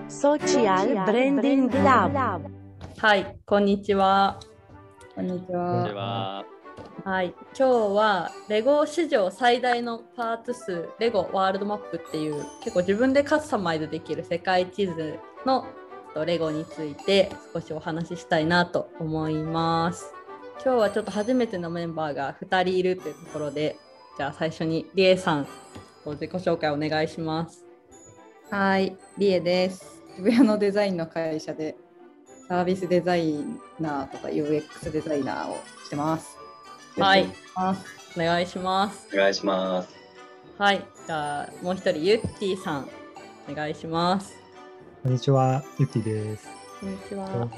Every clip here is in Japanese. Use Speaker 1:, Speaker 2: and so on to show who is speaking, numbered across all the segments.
Speaker 1: Social Branding Lab。
Speaker 2: はい、こんにちは。
Speaker 3: こんにち
Speaker 4: こんにち
Speaker 3: は。
Speaker 4: は。
Speaker 2: はい、今日はレゴ史上最大のパーツ数レゴワールドマップっていう結構自分でカスタマイズできる世界地図のレゴについて少しお話ししたいなと思います。今日はちょっと初めてのメンバーが2人いるというところで、じゃあ最初にリエさん自己紹介お願いします。
Speaker 3: はい、リエです。渋谷のデザインの会社でサービスデザイナーとか UX デザイナーをしてます。
Speaker 2: はい、
Speaker 3: よろしくお願いします。
Speaker 2: お願いします。
Speaker 4: お願いします。
Speaker 2: はい、じゃあもう一人ゆってぃさんお願いします。
Speaker 5: こんにちは、ゆきです。
Speaker 2: こんにちは。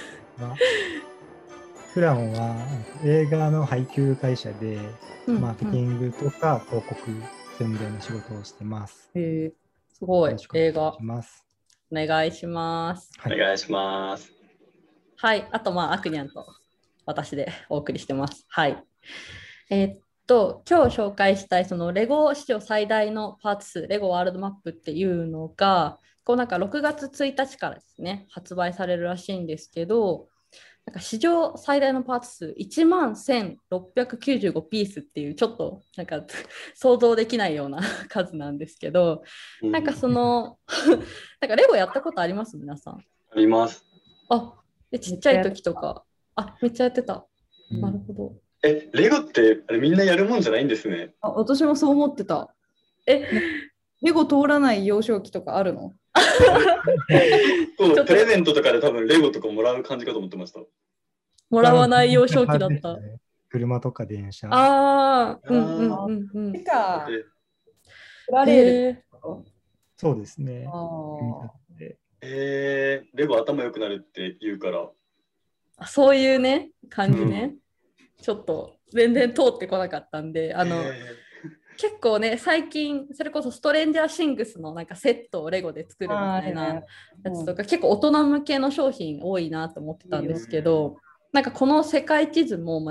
Speaker 5: 普段は映画の配給会社でマーケティングとか広告宣伝の仕事をしてます。
Speaker 2: すごい。映画。
Speaker 5: お
Speaker 2: 願いします。
Speaker 4: お願いします。
Speaker 2: はい。あと、アクニャンと私でお送りしてます。はい。今日紹介したいそのレゴ史上最大のパーツ数、レゴワールドマップっていうのが、なんか6月1日からですね、発売されるらしいんですけど、なんか史上最大のパーツ数11,695ピースっていうちょっとなんか想像できないような数なんですけど、なんかなんかレゴやったことあります皆さん？
Speaker 4: あります。
Speaker 2: ちっちゃい時とか。めっちゃやってた。なるほど。
Speaker 4: レゴってあれみんなやるもんじゃないんですね。
Speaker 3: 私もそう思ってた。レゴ通らない幼少期とかあるの？
Speaker 4: そうプレゼントとかで多分レゴとかもらう感じかと思ってました。
Speaker 2: もらわない幼少期だった。
Speaker 5: 車とか電車。
Speaker 3: プラレール。
Speaker 5: そうですね。
Speaker 4: レゴ頭良くなるって言うから。
Speaker 2: そういうね、感じね。ちょっと全然通ってこなかったんで、結構ね、最近それこそストレンジャーシングスのなんかセットをレゴで作るみたいなやつとか、結構大人向けの商品多いなと思ってたんですけど、なんかこの世界地図も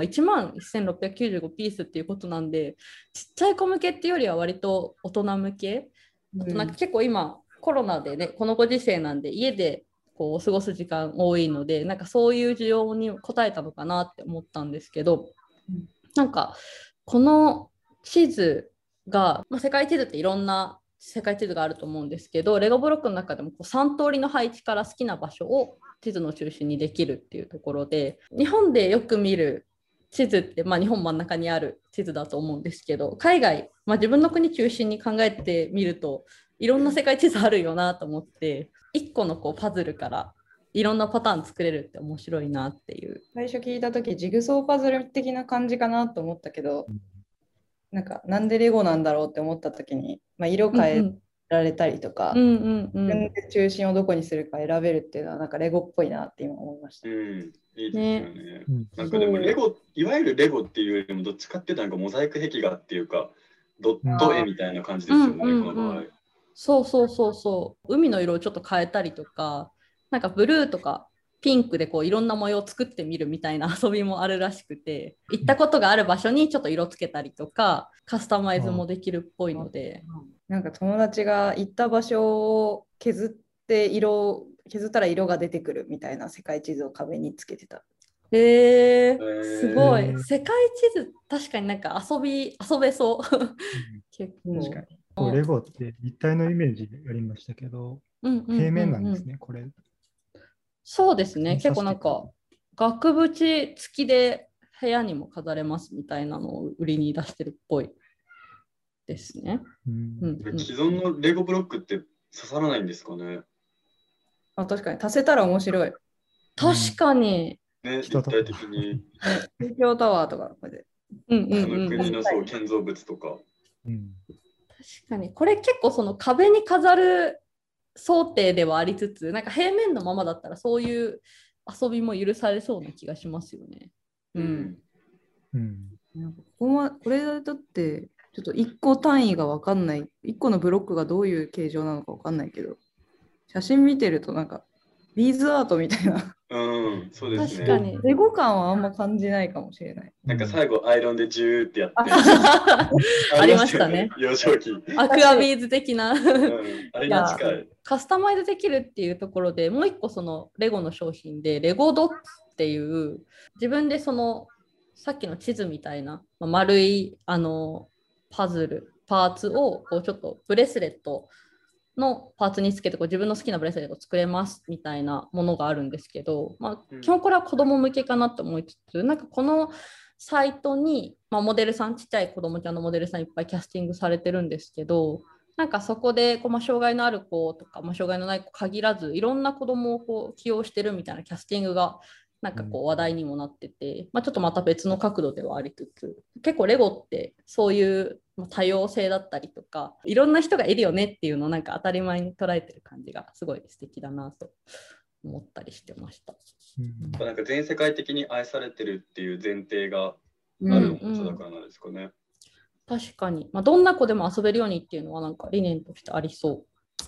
Speaker 2: 11,695ピースっていうことなんで、ちっちゃい子向けっていうよりは割と大人向け。あとなんか結構今コロナでね、このご時世なんで家でこう過ごす時間多いので、なんかそういう需要に応えたのかなって思ったんですけど、なんかこの地図が、世界地図っていろんな世界地図があると思うんですけど、レゴブロックの中でも3通りの配置から好きな場所を地図の中心にできるっていうところで、日本でよく見る地図って、日本真ん中にある地図だと思うんですけど、海外、自分の国中心に考えてみるといろんな世界地図あるよなと思って、1個のパズルからいろんなパターン作れるって面白いなっていう。
Speaker 3: 最初聞いた時ジグソーパズル的な感じかなと思ったけど、なんでレゴなんだろうって思った時に、色変えられたりとか、自分で中心をどこにするか選べるっていうのはなんかレゴっぽいなって今思いました。
Speaker 4: いいですよね。なんかでもレゴ、いわゆるレゴっていうよりもどっちかっていうとなんかモザイク壁画っていうかドット絵みたいな感じですよね、この場合。
Speaker 2: そう。海の色をちょっと変えたりとか、なんかブルーとかピンクでいろんな模様を作ってみるみたいな遊びもあるらしくて、行ったことがある場所にちょっと色つけたりとかカスタマイズもできるっぽいので、
Speaker 3: なんか友達が行った場所を削ったら色が出てくるみたいな世界地図を壁につけてた。
Speaker 2: すごい。世界地図確かになんか遊べそう結構
Speaker 5: 確かにレゴって立体のイメージありましたけど、平面なんですね、これ。
Speaker 2: そうですね、結構なんか額縁付きで部屋にも飾れますみたいなのを売りに出してるっぽいですね。
Speaker 4: 既存のレゴブロックって刺さらないんですかね。
Speaker 3: 確かに足せたら面白い。
Speaker 2: 確かに。
Speaker 4: 立体的に。
Speaker 3: 東京タワーとかこれで。
Speaker 4: その国の建造物とか。
Speaker 2: 確かにこれ結構その壁に飾る想定ではありつつ、なんか平面のままだったらそういう遊びも許されそうな気がしますよね。
Speaker 3: これだってちょっと1個単位が分かんない、1個のブロックがどういう形状なのか分かんないけど、写真見てるとなんかビーズアートみたいな。
Speaker 4: そうですね。
Speaker 2: 確かに。
Speaker 3: レゴ感はあんま感じないかもしれない。
Speaker 4: なんか最後アイロンでジューってやって
Speaker 2: ありましたね。
Speaker 4: 幼少期。
Speaker 2: アクアビーズ的な。
Speaker 4: あれに近い。
Speaker 2: カスタマイズできるっていうところでもう一個そのレゴの商品でレゴドッツっていう自分でそのさっきの地図みたいな丸いパズルパーツをこうちょっとブレスレットのパーツにつけてこう自分の好きなブレスレットを作れますみたいなものがあるんですけど、基本これは子供向けかなと思いつつ、なんかこのサイトに、モデルさんちっちゃい子供ちゃんのモデルさんいっぱいキャスティングされてるんですけど、なんかそこで障害のある子とか、障害のない子限らずいろんな子供をこう起用してるみたいなキャスティングがなんか話題にもなってて、ちょっとまた別の角度ではありつつ、結構レゴってそういう多様性だったりとかいろんな人がいるよねっていうのをなんか当たり前に捉えてる感じがすごい素敵だなと思ったりしてました。
Speaker 4: なんか全世界的に愛されてるっていう前提があるおもちゃだからなんですかね。
Speaker 2: 確かに、どんな子でも遊べるようにっていうのはなんか理念としてありそう。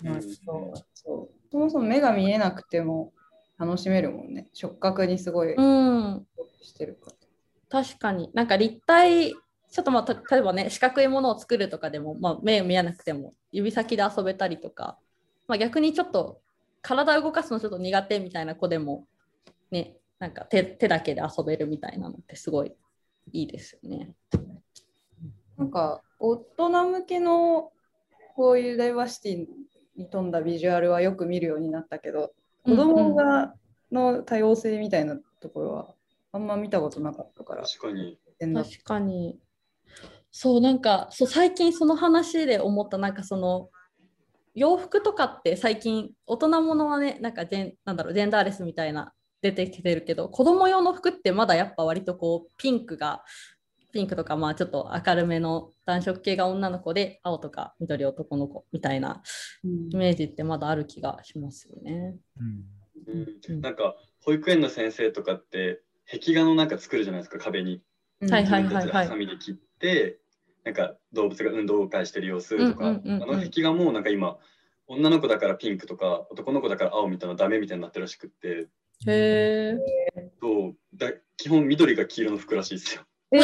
Speaker 3: そもそも目が見えなくても楽しめるもんね。触覚にすごいしてるから。
Speaker 2: 確かになんか立体ちょっと例えばね四角いものを作るとかでも、目見えなくても指先で遊べたりとか、逆にちょっと体を動かすのちょっと苦手みたいな子でもね、なんか 手だけで遊べるみたいなのってすごいいいですよね。
Speaker 3: なんか大人向けのこういうダイバーシティに富んだビジュアルはよく見るようになったけど、子供の多様性みたいなところはあんま見たことなかったから。
Speaker 4: 確かに。
Speaker 2: そう、なんか最近その話で思った、なんかその洋服とかって最近大人ものはね、なんかジェンダーレスみたいな出てきてるけど、子供用の服ってまだやっぱ割とこうピンクとかちょっと明るめの暖色系が女の子で青とか緑男の子みたいなイメージってまだある気がしますよね。
Speaker 4: なんか保育園の先生とかって壁画のなんか作るじゃないですか、壁に。自分たちでハサミで切って、なんか動物が運動会してる様子とか、壁画もなんか今女の子だからピンクとか男の子だから青みたいなダメみたいになってるらしくって、基本緑が黄色の服らしいですよ。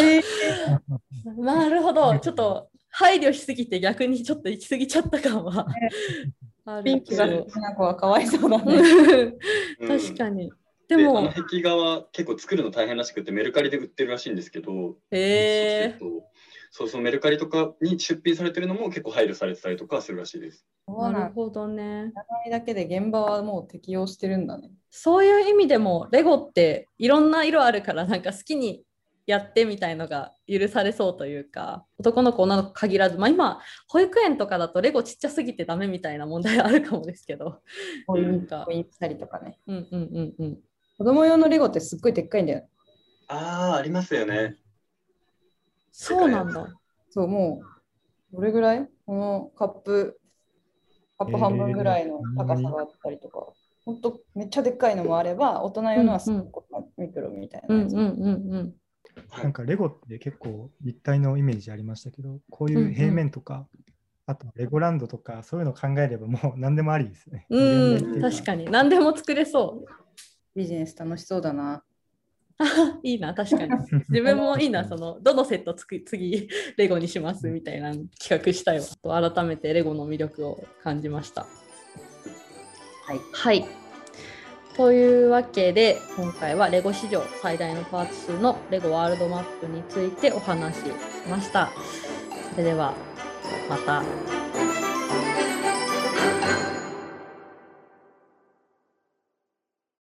Speaker 2: なるほど、ちょっと配慮しすぎて逆にちょっと行き過ぎちゃった感は
Speaker 3: ピンクが好きな子はかわいそうだね。
Speaker 2: 確かに。
Speaker 4: でも壁画は結構作るの大変らしくてメルカリで売ってるらしいんですけど、そのメルカリとかに出品されてるのも結構配慮されてたりとかするらしいです。
Speaker 2: なるほどね。
Speaker 3: 名前だけで現場はもう適用してるんだね。
Speaker 2: そういう意味でもレゴっていろんな色あるから、なんか好きにやってみたいのが許されそうというか、男の子女の子限らず、今保育園とかだとレゴちっちゃすぎてダメみたいな問題あるかもですけど、
Speaker 3: ポイントしたりとかね。
Speaker 2: 子
Speaker 3: 供用のレゴってすっごいでっかいんだよ。
Speaker 4: ありますよね。
Speaker 2: そうなんだ。
Speaker 3: そう、もうどれぐらいこのカップ半分ぐらいの高さがあったりとか、ほんとめっちゃでっかいのもあれば、大人用のはすっごくミクロみたいなやつ。
Speaker 5: なんかレゴって結構立体のイメージありましたけど、こういう平面とか、あとレゴランドとかそういうの考えればもう何でもありですね。
Speaker 2: 確かに何でも作れそう。
Speaker 3: ビジネス楽しそうだな。
Speaker 2: いいな、確かに。自分もいいな、どのセット次レゴにしますみたいな企画したいわ。改めてレゴの魅力を感じました。はい。というわけで今回はレゴ史上最大のパーツ数のレゴワールドマップについてお話ししました。それではまた。